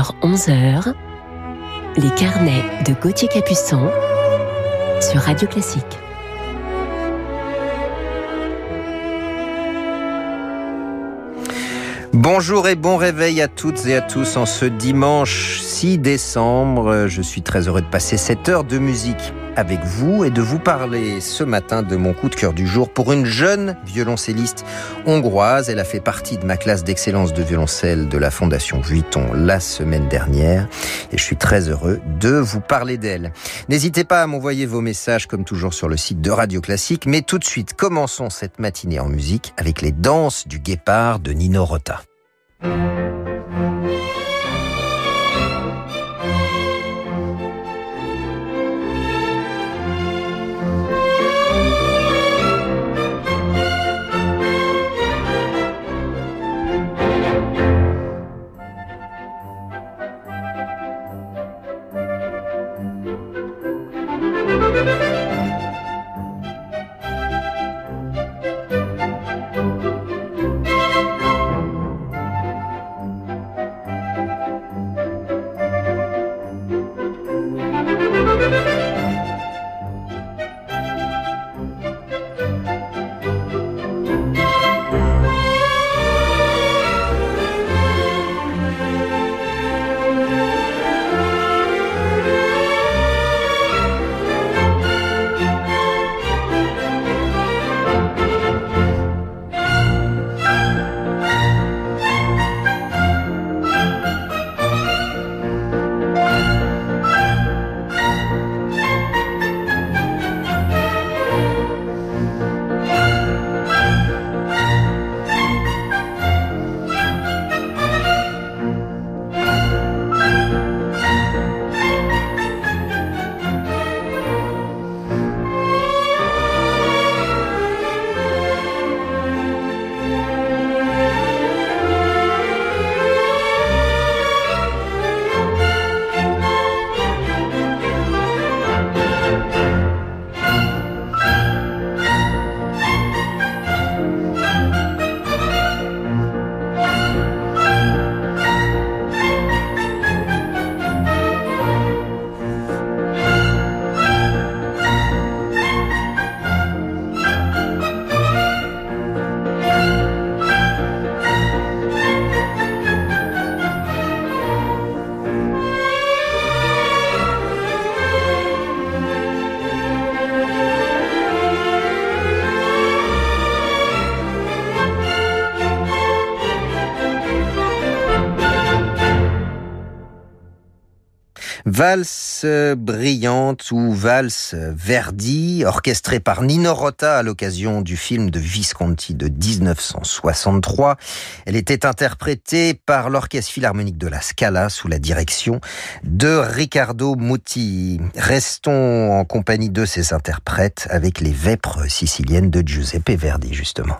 10h, 11h, les carnets de Gauthier Capuçon sur Radio Classique. Bonjour et bon réveil à toutes et à tous en ce dimanche 6 décembre. Je suis très heureux de passer cette heure de musique avec vous et de vous parler ce matin de mon coup de cœur du jour pour une jeune violoncelliste hongroise. Elle a fait partie de ma classe d'excellence de violoncelle de la Fondation Vuitton la semaine dernière et je suis très heureux de vous parler d'elle. N'hésitez pas à m'envoyer vos messages comme toujours sur le site de Radio Classique, mais tout de suite, commençons cette matinée en musique avec les danses du guépard de Nino Rota. Valse brillante ou valse Verdi, orchestrée par Nino Rota à l'occasion du film de Visconti de 1963. Elle était interprétée par l'Orchestre Philharmonique de la Scala sous la direction de Riccardo Muti. Restons en compagnie de ces interprètes avec les Vêpres siciliennes de Giuseppe Verdi, justement.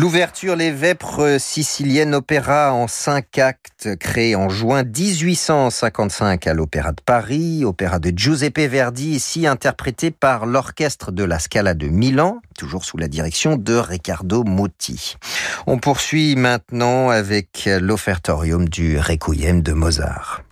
L'ouverture Les Vêpres siciliennes, opéra en 5 actes, créé en juin 1855 à l'Opéra de Paris, opéra de Giuseppe Verdi, ici interprété par l'orchestre de la Scala de Milan, toujours sous la direction de Riccardo Muti. On poursuit maintenant avec l'offertorium du Requiem de Mozart.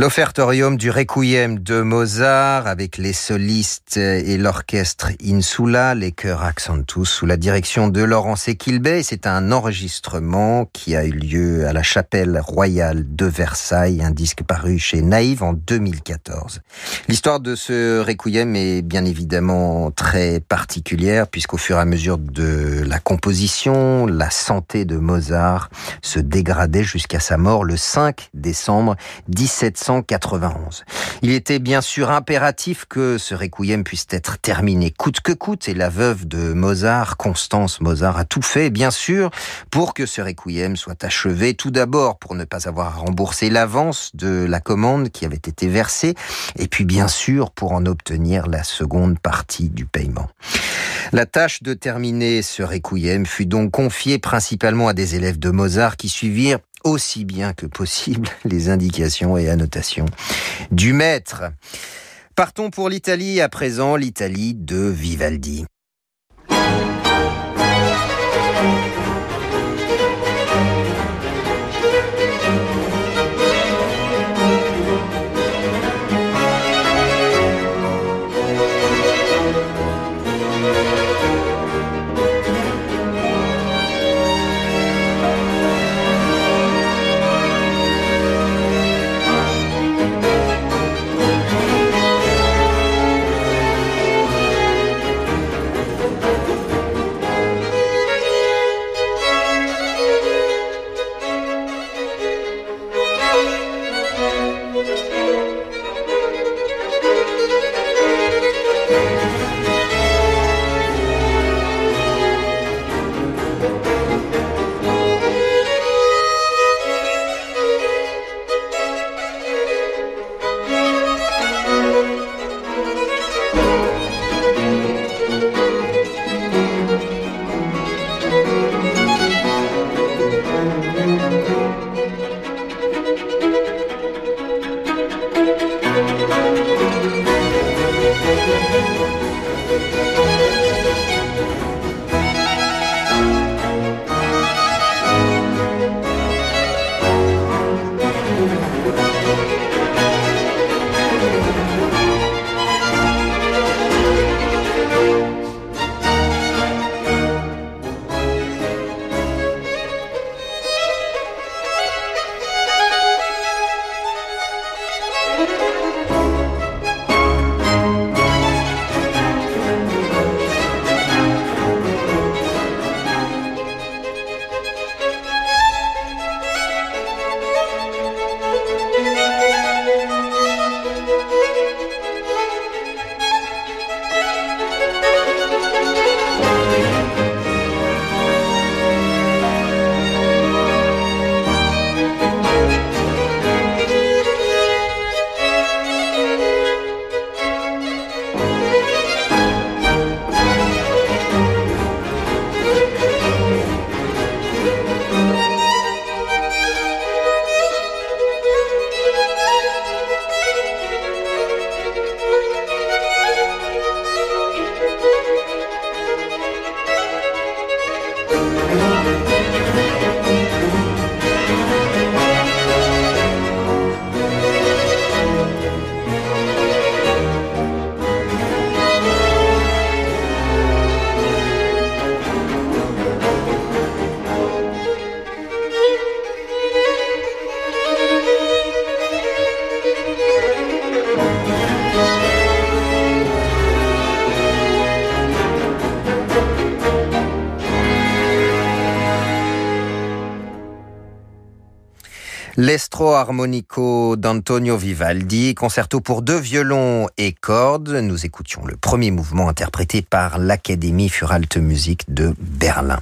L'offertorium du Requiem de Mozart avec les solistes et l'orchestre Insula, les chœurs Accentus sous la direction de Laurence Equilbey. C'est un enregistrement qui a eu lieu à la Chapelle Royale de Versailles, un disque paru chez Naïve en 2014. L'histoire de ce Requiem est bien évidemment très particulière puisqu'au fur et à mesure de la composition, la santé de Mozart se dégradait jusqu'à sa mort le 5 décembre 1791. Il était bien sûr impératif que ce requiem puisse être terminé coûte que coûte et la veuve de Mozart, Constance Mozart, a tout fait bien sûr pour que ce requiem soit achevé. Tout d'abord pour ne pas avoir à rembourser l'avance de la commande qui avait été versée et puis bien sûr pour en obtenir la seconde partie du paiement. La tâche de terminer ce requiem fut donc confiée principalement à des élèves de Mozart qui suivirent aussi bien que possible les indications et annotations du maître. Partons pour l'Italie, à présent l'Italie de Vivaldi. L'Estro Armonico d'Antonio Vivaldi, concerto pour 2 violons et cordes. Nous écoutions le premier mouvement interprété par l'Académie für Alte Musik de Berlin.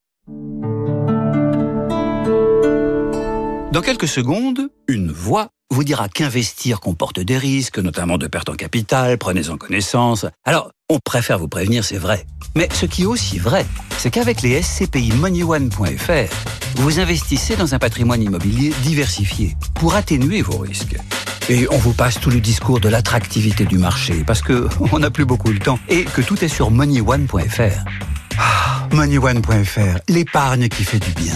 Dans quelques secondes, une voix vous dira qu'investir comporte des risques, notamment de perte en capital, prenez-en connaissance. Alors, on préfère vous prévenir, c'est vrai. Mais ce qui est aussi vrai, c'est qu'avec les SCPI MoneyOne.fr, vous investissez dans un patrimoine immobilier diversifié pour atténuer vos risques. Et on vous passe tout le discours de l'attractivité du marché, parce qu'on n'a plus beaucoup de temps, et que tout est sur MoneyOne.fr. MoneyOne.fr, l'épargne qui fait du bien.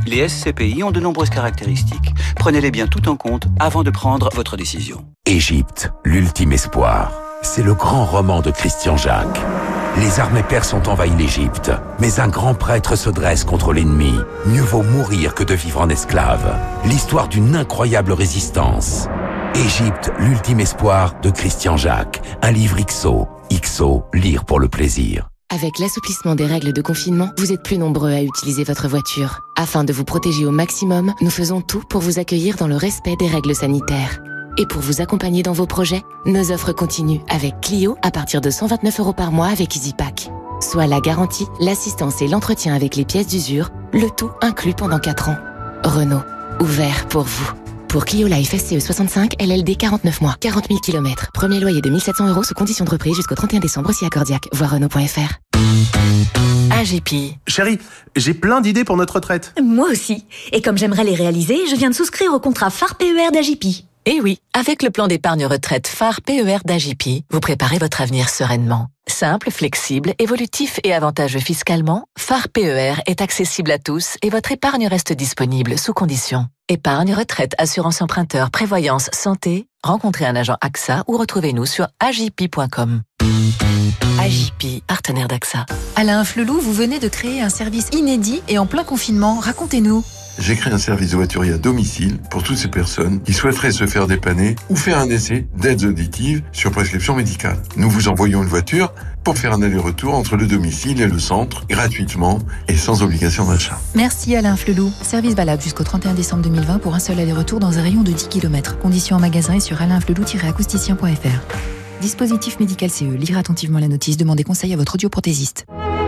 Les SCPI ont de nombreuses caractéristiques. Prenez-les bien tout en compte avant de prendre votre décision. Égypte, l'ultime espoir. C'est le grand roman de Christian Jacques. Les armées perses ont envahi l'Égypte, mais un grand prêtre se dresse contre l'ennemi. Mieux vaut mourir que de vivre en esclave. L'histoire d'une incroyable résistance. Égypte, l'ultime espoir de Christian Jacques. Un livre XO. XO, lire pour le plaisir. Avec l'assouplissement des règles de confinement, vous êtes plus nombreux à utiliser votre voiture. Afin de vous protéger au maximum, nous faisons tout pour vous accueillir dans le respect des règles sanitaires. Et pour vous accompagner dans vos projets, nos offres continuent avec Clio à partir de 129 € par mois avec EasyPack. Soit la garantie, l'assistance et l'entretien avec les pièces d'usure, le tout inclus pendant 4 ans. Renault, ouvert pour vous. Pour Clio Life SCE 65, LLD 49 mois, 40 000 km. Premier loyer de 1 700 € sous condition de reprise jusqu'au 31 décembre si accordiaque. Voir Renault.fr. AGP. Chérie, j'ai plein d'idées pour notre retraite. Moi aussi. Et comme j'aimerais les réaliser, je viens de souscrire au contrat phare PER d'AGP. Et oui, avec le plan d'épargne retraite phare PER d'AGP, vous préparez votre avenir sereinement. Simple, flexible, évolutif et avantageux fiscalement, phare PER est accessible à tous et votre épargne reste disponible sous conditions. Épargne, retraite, assurance emprunteur, prévoyance, santé, rencontrez un agent AXA ou retrouvez-nous sur agip.com. AGP, partenaire d'AXA. Alain Flelou, vous venez de créer un service inédit et en plein confinement. Racontez-nous. J'ai créé un service de voiturier à domicile pour toutes ces personnes qui souhaiteraient se faire dépanner ou faire un essai d'aides auditives sur prescription médicale. Nous vous envoyons une voiture pour faire un aller-retour entre le domicile et le centre, gratuitement et sans obligation d'achat. Merci Alain Flelou. Service valable jusqu'au 31 décembre 2020 pour un seul aller-retour dans un rayon de 10 km. Conditions en magasin et sur alainflelou-acousticien.fr. Dispositif médical CE. Lire attentivement la notice. Demandez conseil à votre audioprothésiste.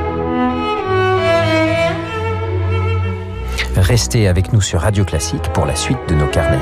Restez avec nous sur Radio Classique pour la suite de nos carnets.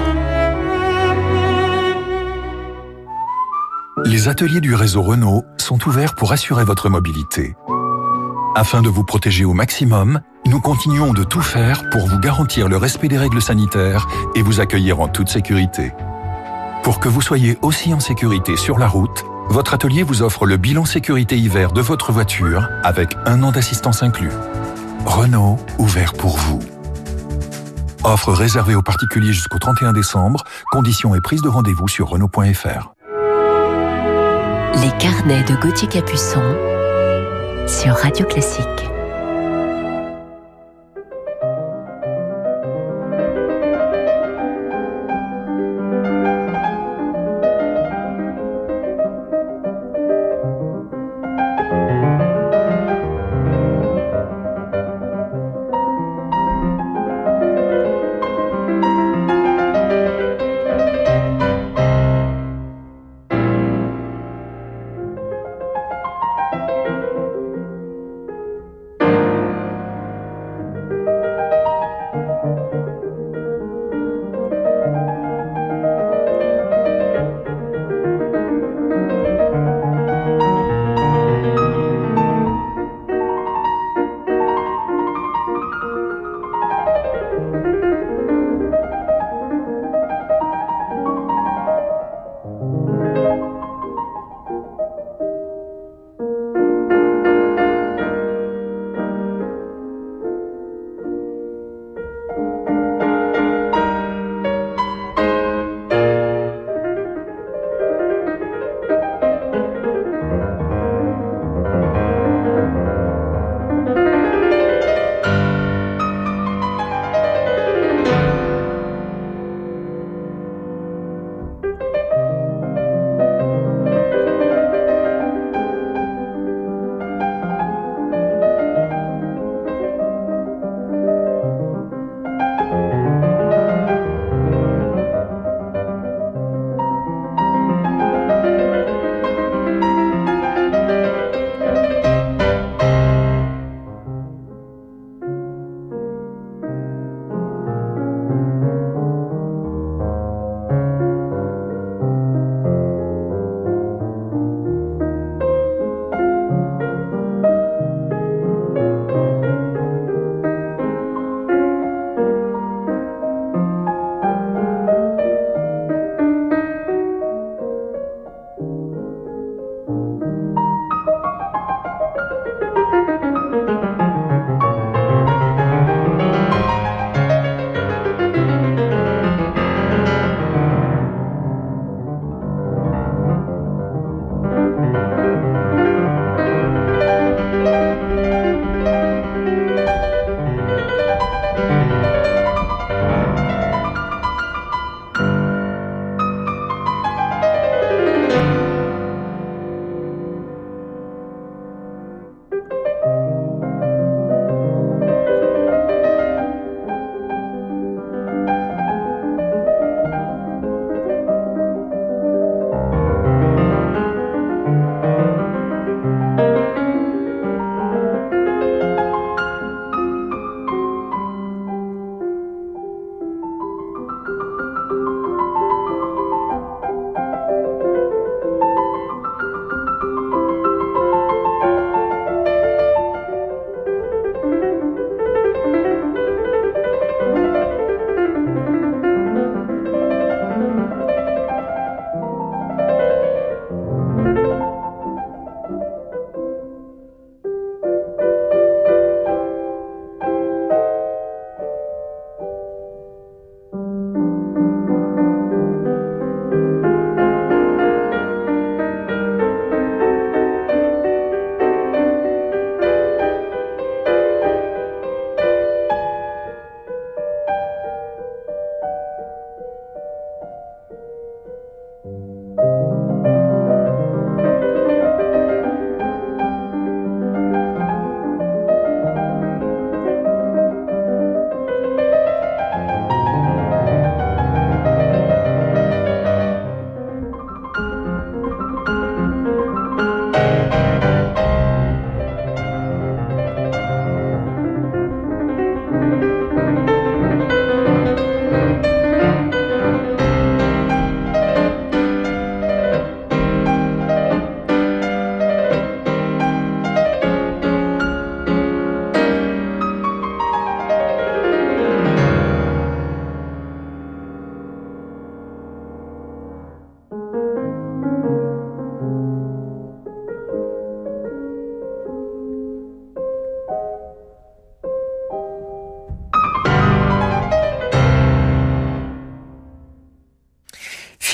Les ateliers du réseau Renault sont ouverts pour assurer votre mobilité. Afin de vous protéger au maximum, nous continuons de tout faire pour vous garantir le respect des règles sanitaires et vous accueillir en toute sécurité. Pour que vous soyez aussi en sécurité sur la route, votre atelier vous offre le bilan sécurité hiver de votre voiture avec 1 an d'assistance inclus. Renault, ouvert pour vous. Offre réservée aux particuliers jusqu'au 31 décembre. Conditions et prise de rendez-vous sur Renault.fr. Les carnets de Gauthier Capuçon sur Radio Classique.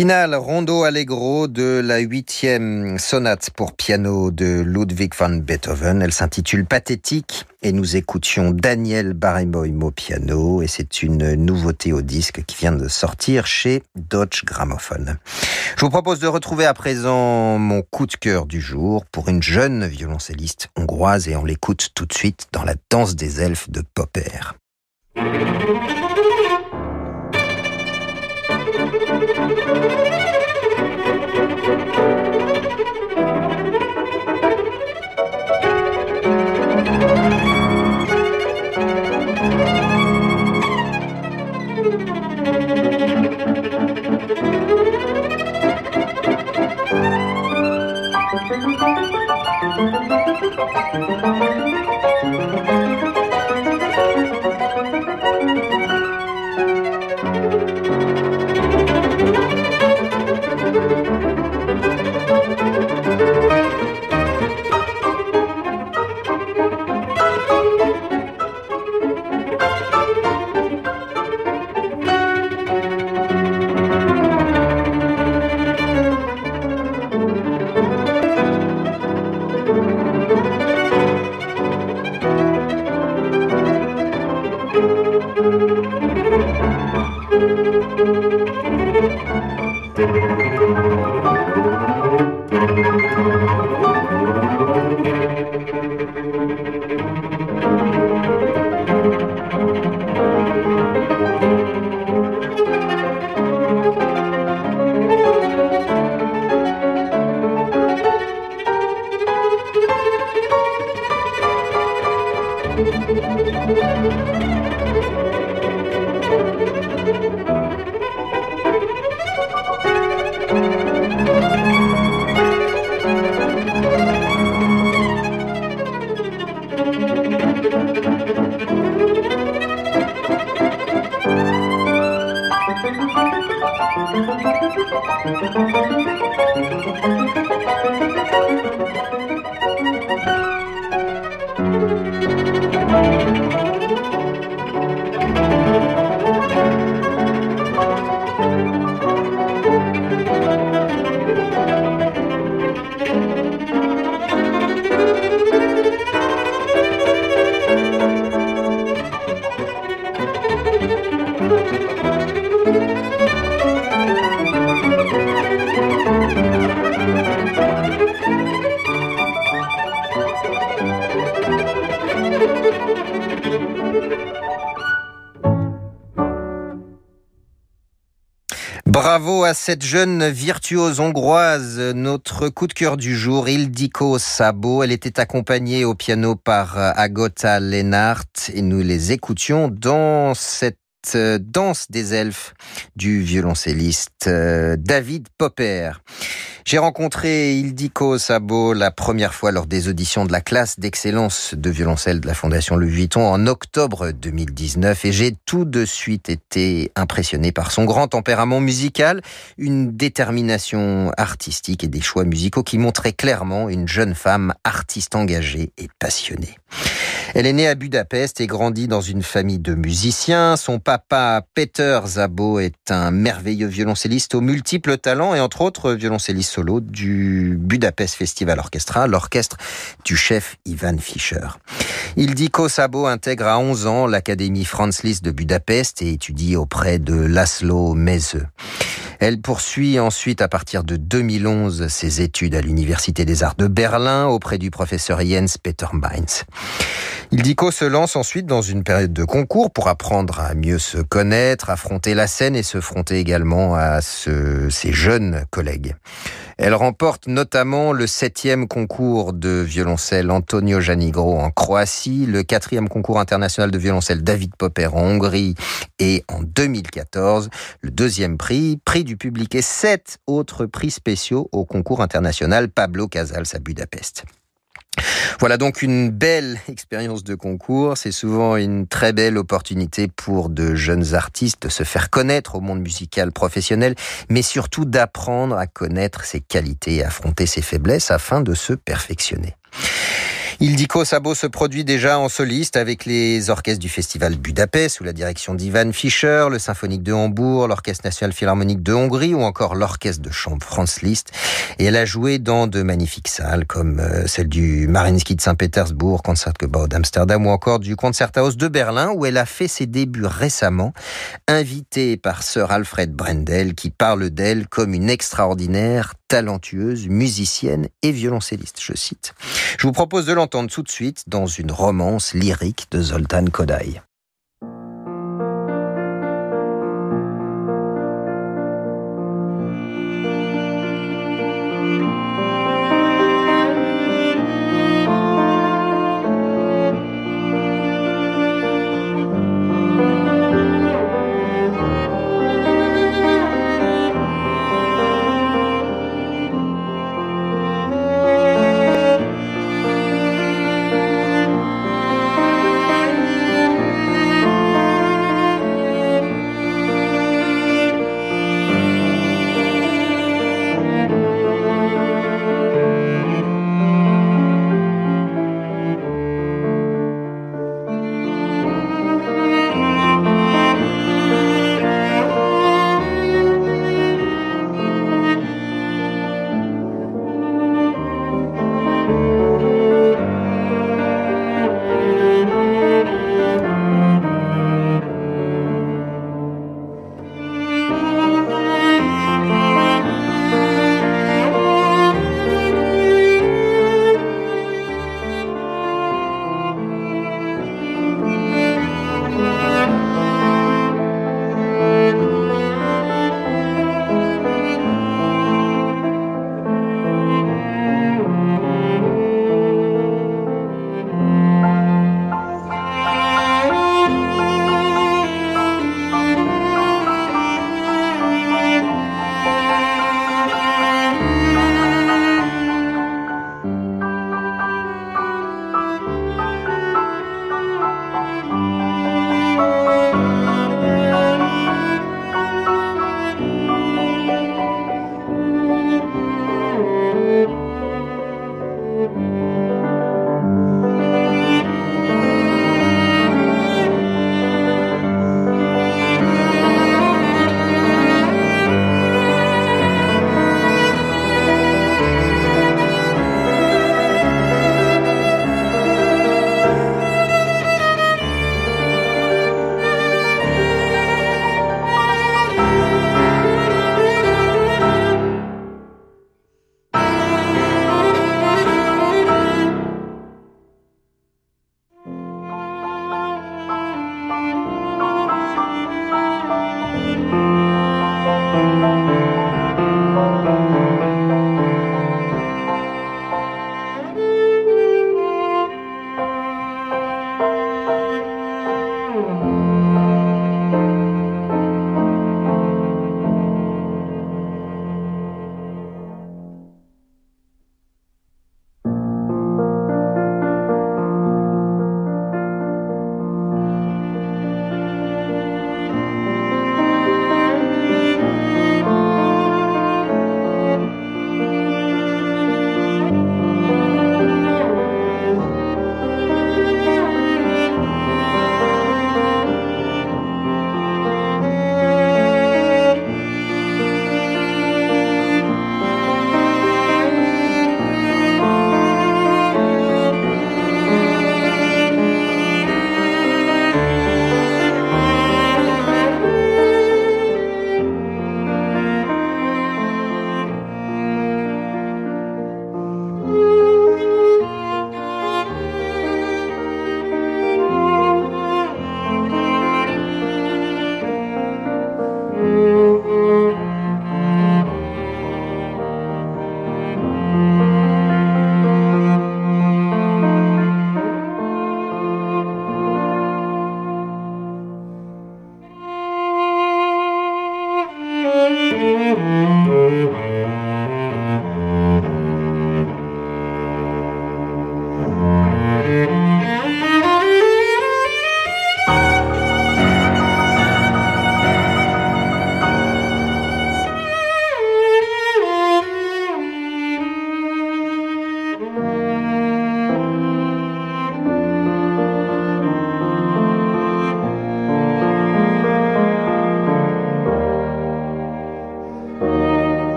Finale rondo allegro de la 8e sonate pour piano de Ludwig van Beethoven. Elle s'intitule Pathétique et nous écoutions Daniel Barenboim au piano et c'est une nouveauté au disque qui vient de sortir chez Deutsche Grammophon. Je vous propose de retrouver à présent mon coup de cœur du jour pour une jeune violoncelliste hongroise et on l'écoute tout de suite dans la danse des elfes de Popper. Bravo à cette jeune virtuose hongroise, notre coup de cœur du jour, Ildikó Szabó. Elle était accompagnée au piano par Agota Lennart et nous les écoutions dans cette danse des elfes du violoncelliste David Popper. J'ai rencontré Ildikó Szabó la première fois lors des auditions de la classe d'excellence de violoncelle de la Fondation Louis Vuitton en octobre 2019 et j'ai tout de suite été impressionné par son grand tempérament musical, une détermination artistique et des choix musicaux qui montraient clairement une jeune femme artiste engagée et passionnée. Elle est née à Budapest et grandit dans une famille de musiciens. Son papa, Peter Szabó, est un merveilleux violoncelliste aux multiples talents et entre autres violoncelliste solo du Budapest Festival Orchestra, l'orchestre du chef Ivan Fischer. Ildikó Szabó intègre à 11 ans l'Académie Franz Liszt de Budapest et étudie auprès de László Méző. Elle poursuit ensuite à partir de 2011 ses études à l'Université des Arts de Berlin auprès du professeur Jens Peter Mainz. Ildikó se lance ensuite dans une période de concours pour apprendre à mieux se connaître, affronter la scène et se fronter également à ses jeunes collègues. Elle remporte notamment le 7e concours de violoncelle Antonio Janigro en Croatie, le 4e concours international de violoncelle David Popper en Hongrie et en 2014, le 2e prix du public et 7 autres prix spéciaux au concours international Pablo Casals à Budapest. Voilà donc une belle expérience de concours. C'est souvent une très belle opportunité pour de jeunes artistes de se faire connaître au monde musical professionnel, mais surtout d'apprendre à connaître ses qualités et affronter ses faiblesses afin de se perfectionner. Ildiko Sabo se produit déjà en soliste avec les orchestres du Festival Budapest sous la direction d'Ivan Fischer, le Symphonique de Hambourg, l'Orchestre National Philharmonique de Hongrie ou encore l'Orchestre de chambre Franz Liszt. Et elle a joué dans de magnifiques salles comme celle du Mariinsky de Saint-Pétersbourg, Concertgebouw d'Amsterdam ou encore du Concerthaus de Berlin où elle a fait ses débuts récemment, invitée par Sir Alfred Brendel qui parle d'elle comme une extraordinaire, talentueuse musicienne et violoncelliste, je cite. Je vous propose de l'entendre tout de suite dans une romance lyrique de Zoltán Kodály.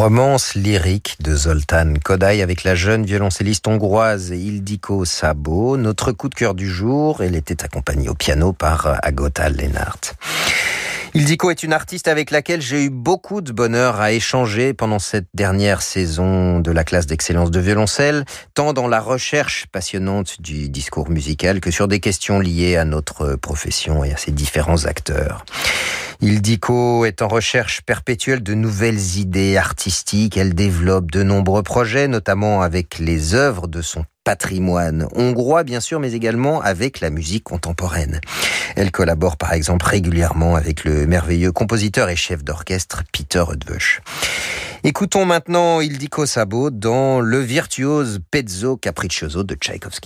Romance lyrique de Zoltán Kodály avec la jeune violoncelliste hongroise Ildikó Szabó. Notre coup de cœur du jour, elle était accompagnée au piano par Agota Lennart. Ildikó est une artiste avec laquelle j'ai eu beaucoup de bonheur à échanger pendant cette dernière saison de la classe d'excellence de violoncelle, tant dans la recherche passionnante du discours musical que sur des questions liées à notre profession et à ses différents acteurs. Ildikó est en recherche perpétuelle de nouvelles idées artistiques. Elle développe de nombreux projets, notamment avec les œuvres de son patrimoine hongrois, bien sûr, mais également avec la musique contemporaine. Elle collabore par exemple régulièrement avec le merveilleux compositeur et chef d'orchestre Peter Eötvös. Écoutons maintenant Ildikó Szabó dans le virtuose Pezzo Capriccioso de Tchaïkovski.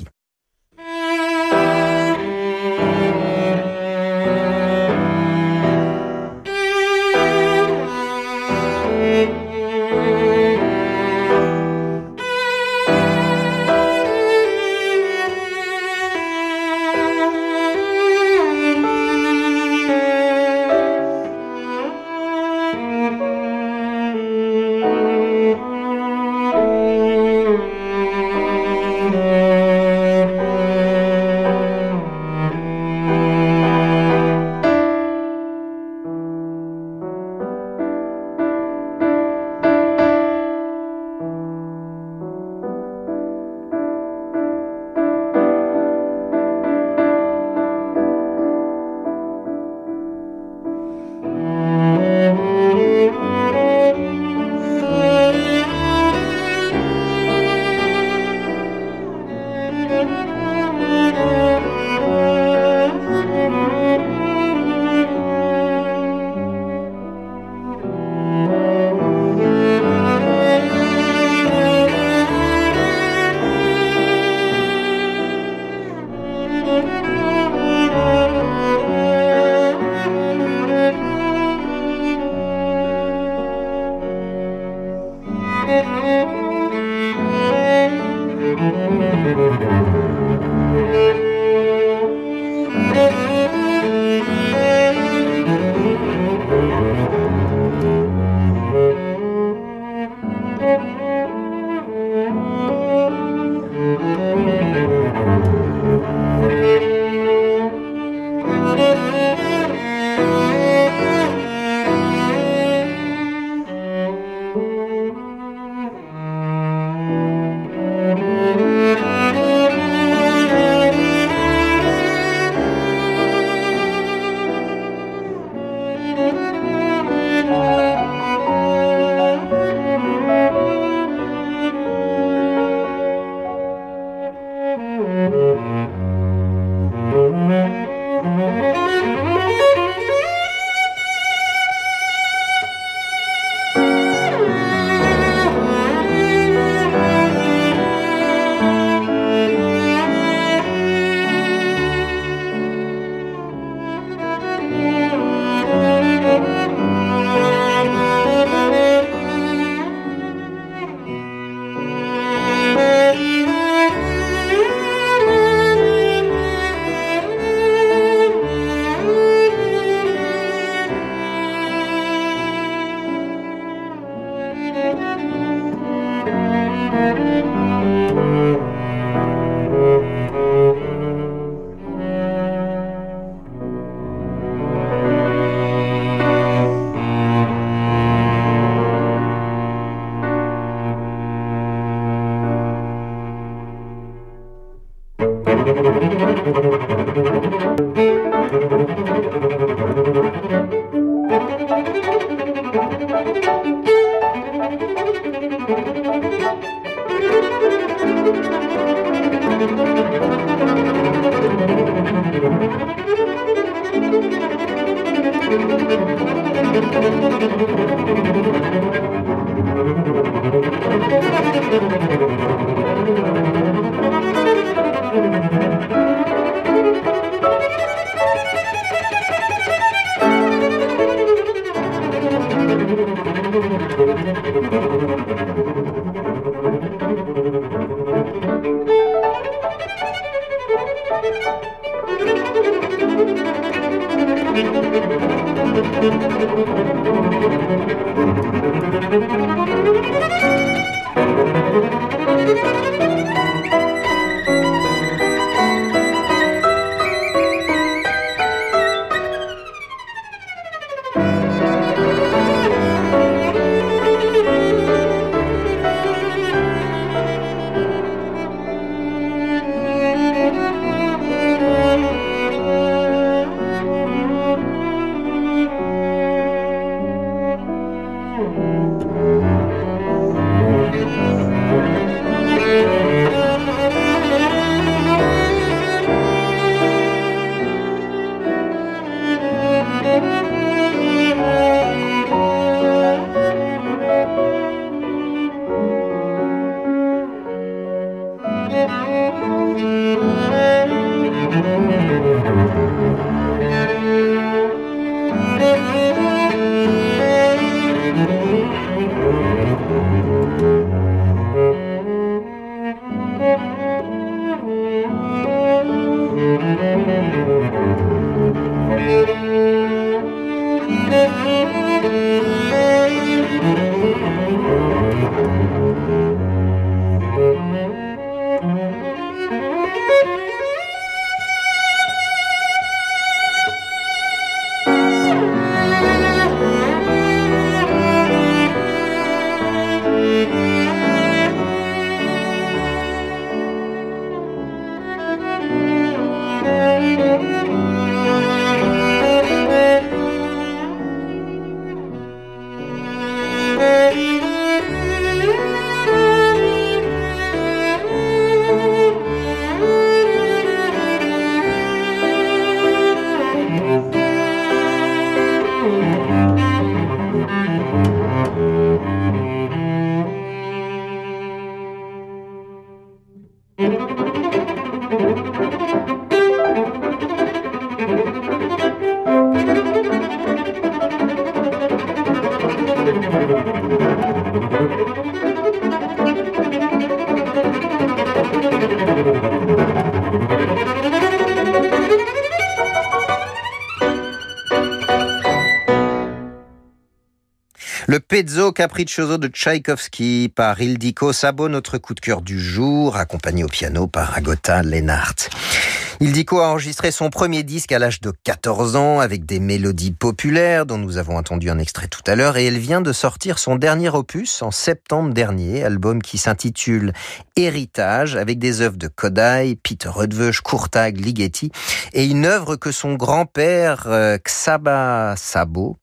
Le Pezzo Capriccioso de Tchaïkovski par Ildiko Sabo, notre coup de cœur du jour, accompagné au piano par Agota Lennart. Ildiko a enregistré son premier disque à l'âge de 14 ans avec des mélodies populaires dont nous avons entendu un extrait tout à l'heure, et elle vient de sortir son dernier opus en septembre dernier, album qui s'intitule Héritage, avec des œuvres de Kodály, Peter Rudvösch, Kurtág, Ligeti, et une œuvre que son grand-père Csaba Sabo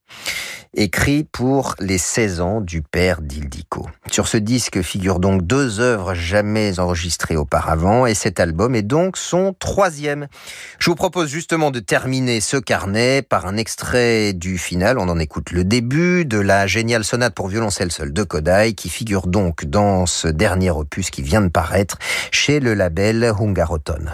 écrit pour les 16 ans du père d'Ildiko. Sur ce disque figurent donc 2 œuvres jamais enregistrées auparavant, et cet album est donc son 3e. Je vous propose justement de terminer ce carnet par un extrait du final, on en écoute le début, de la géniale sonate pour violoncelle seul de Kodály, qui figure donc dans ce dernier opus qui vient de paraître chez le label Hungaroton.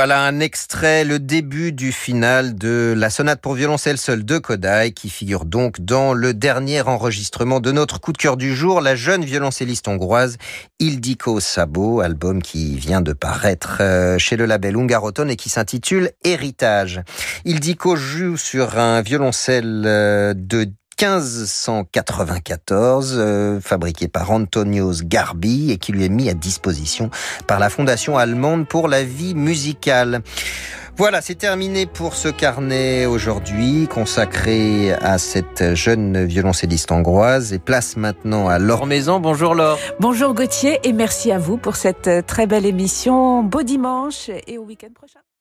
Voilà un extrait, le début du final de la sonate pour violoncelle seul de Kodály, qui figure donc dans le dernier enregistrement de notre coup de cœur du jour, la jeune violoncelliste hongroise Ildikó Szabó, album qui vient de paraître chez le label Hungaroton et qui s'intitule Héritage. Ildikó joue sur un violoncelle de 1594, fabriqué par Antonios Garbi et qui lui est mis à disposition par la Fondation allemande pour la vie musicale. Voilà, c'est terminé pour ce carnet aujourd'hui consacré à cette jeune violoncelliste hongroise et place maintenant à Laure Maison. Bonjour Laure. Bonjour Gauthier et merci à vous pour cette très belle émission. Beau dimanche et au week-end prochain.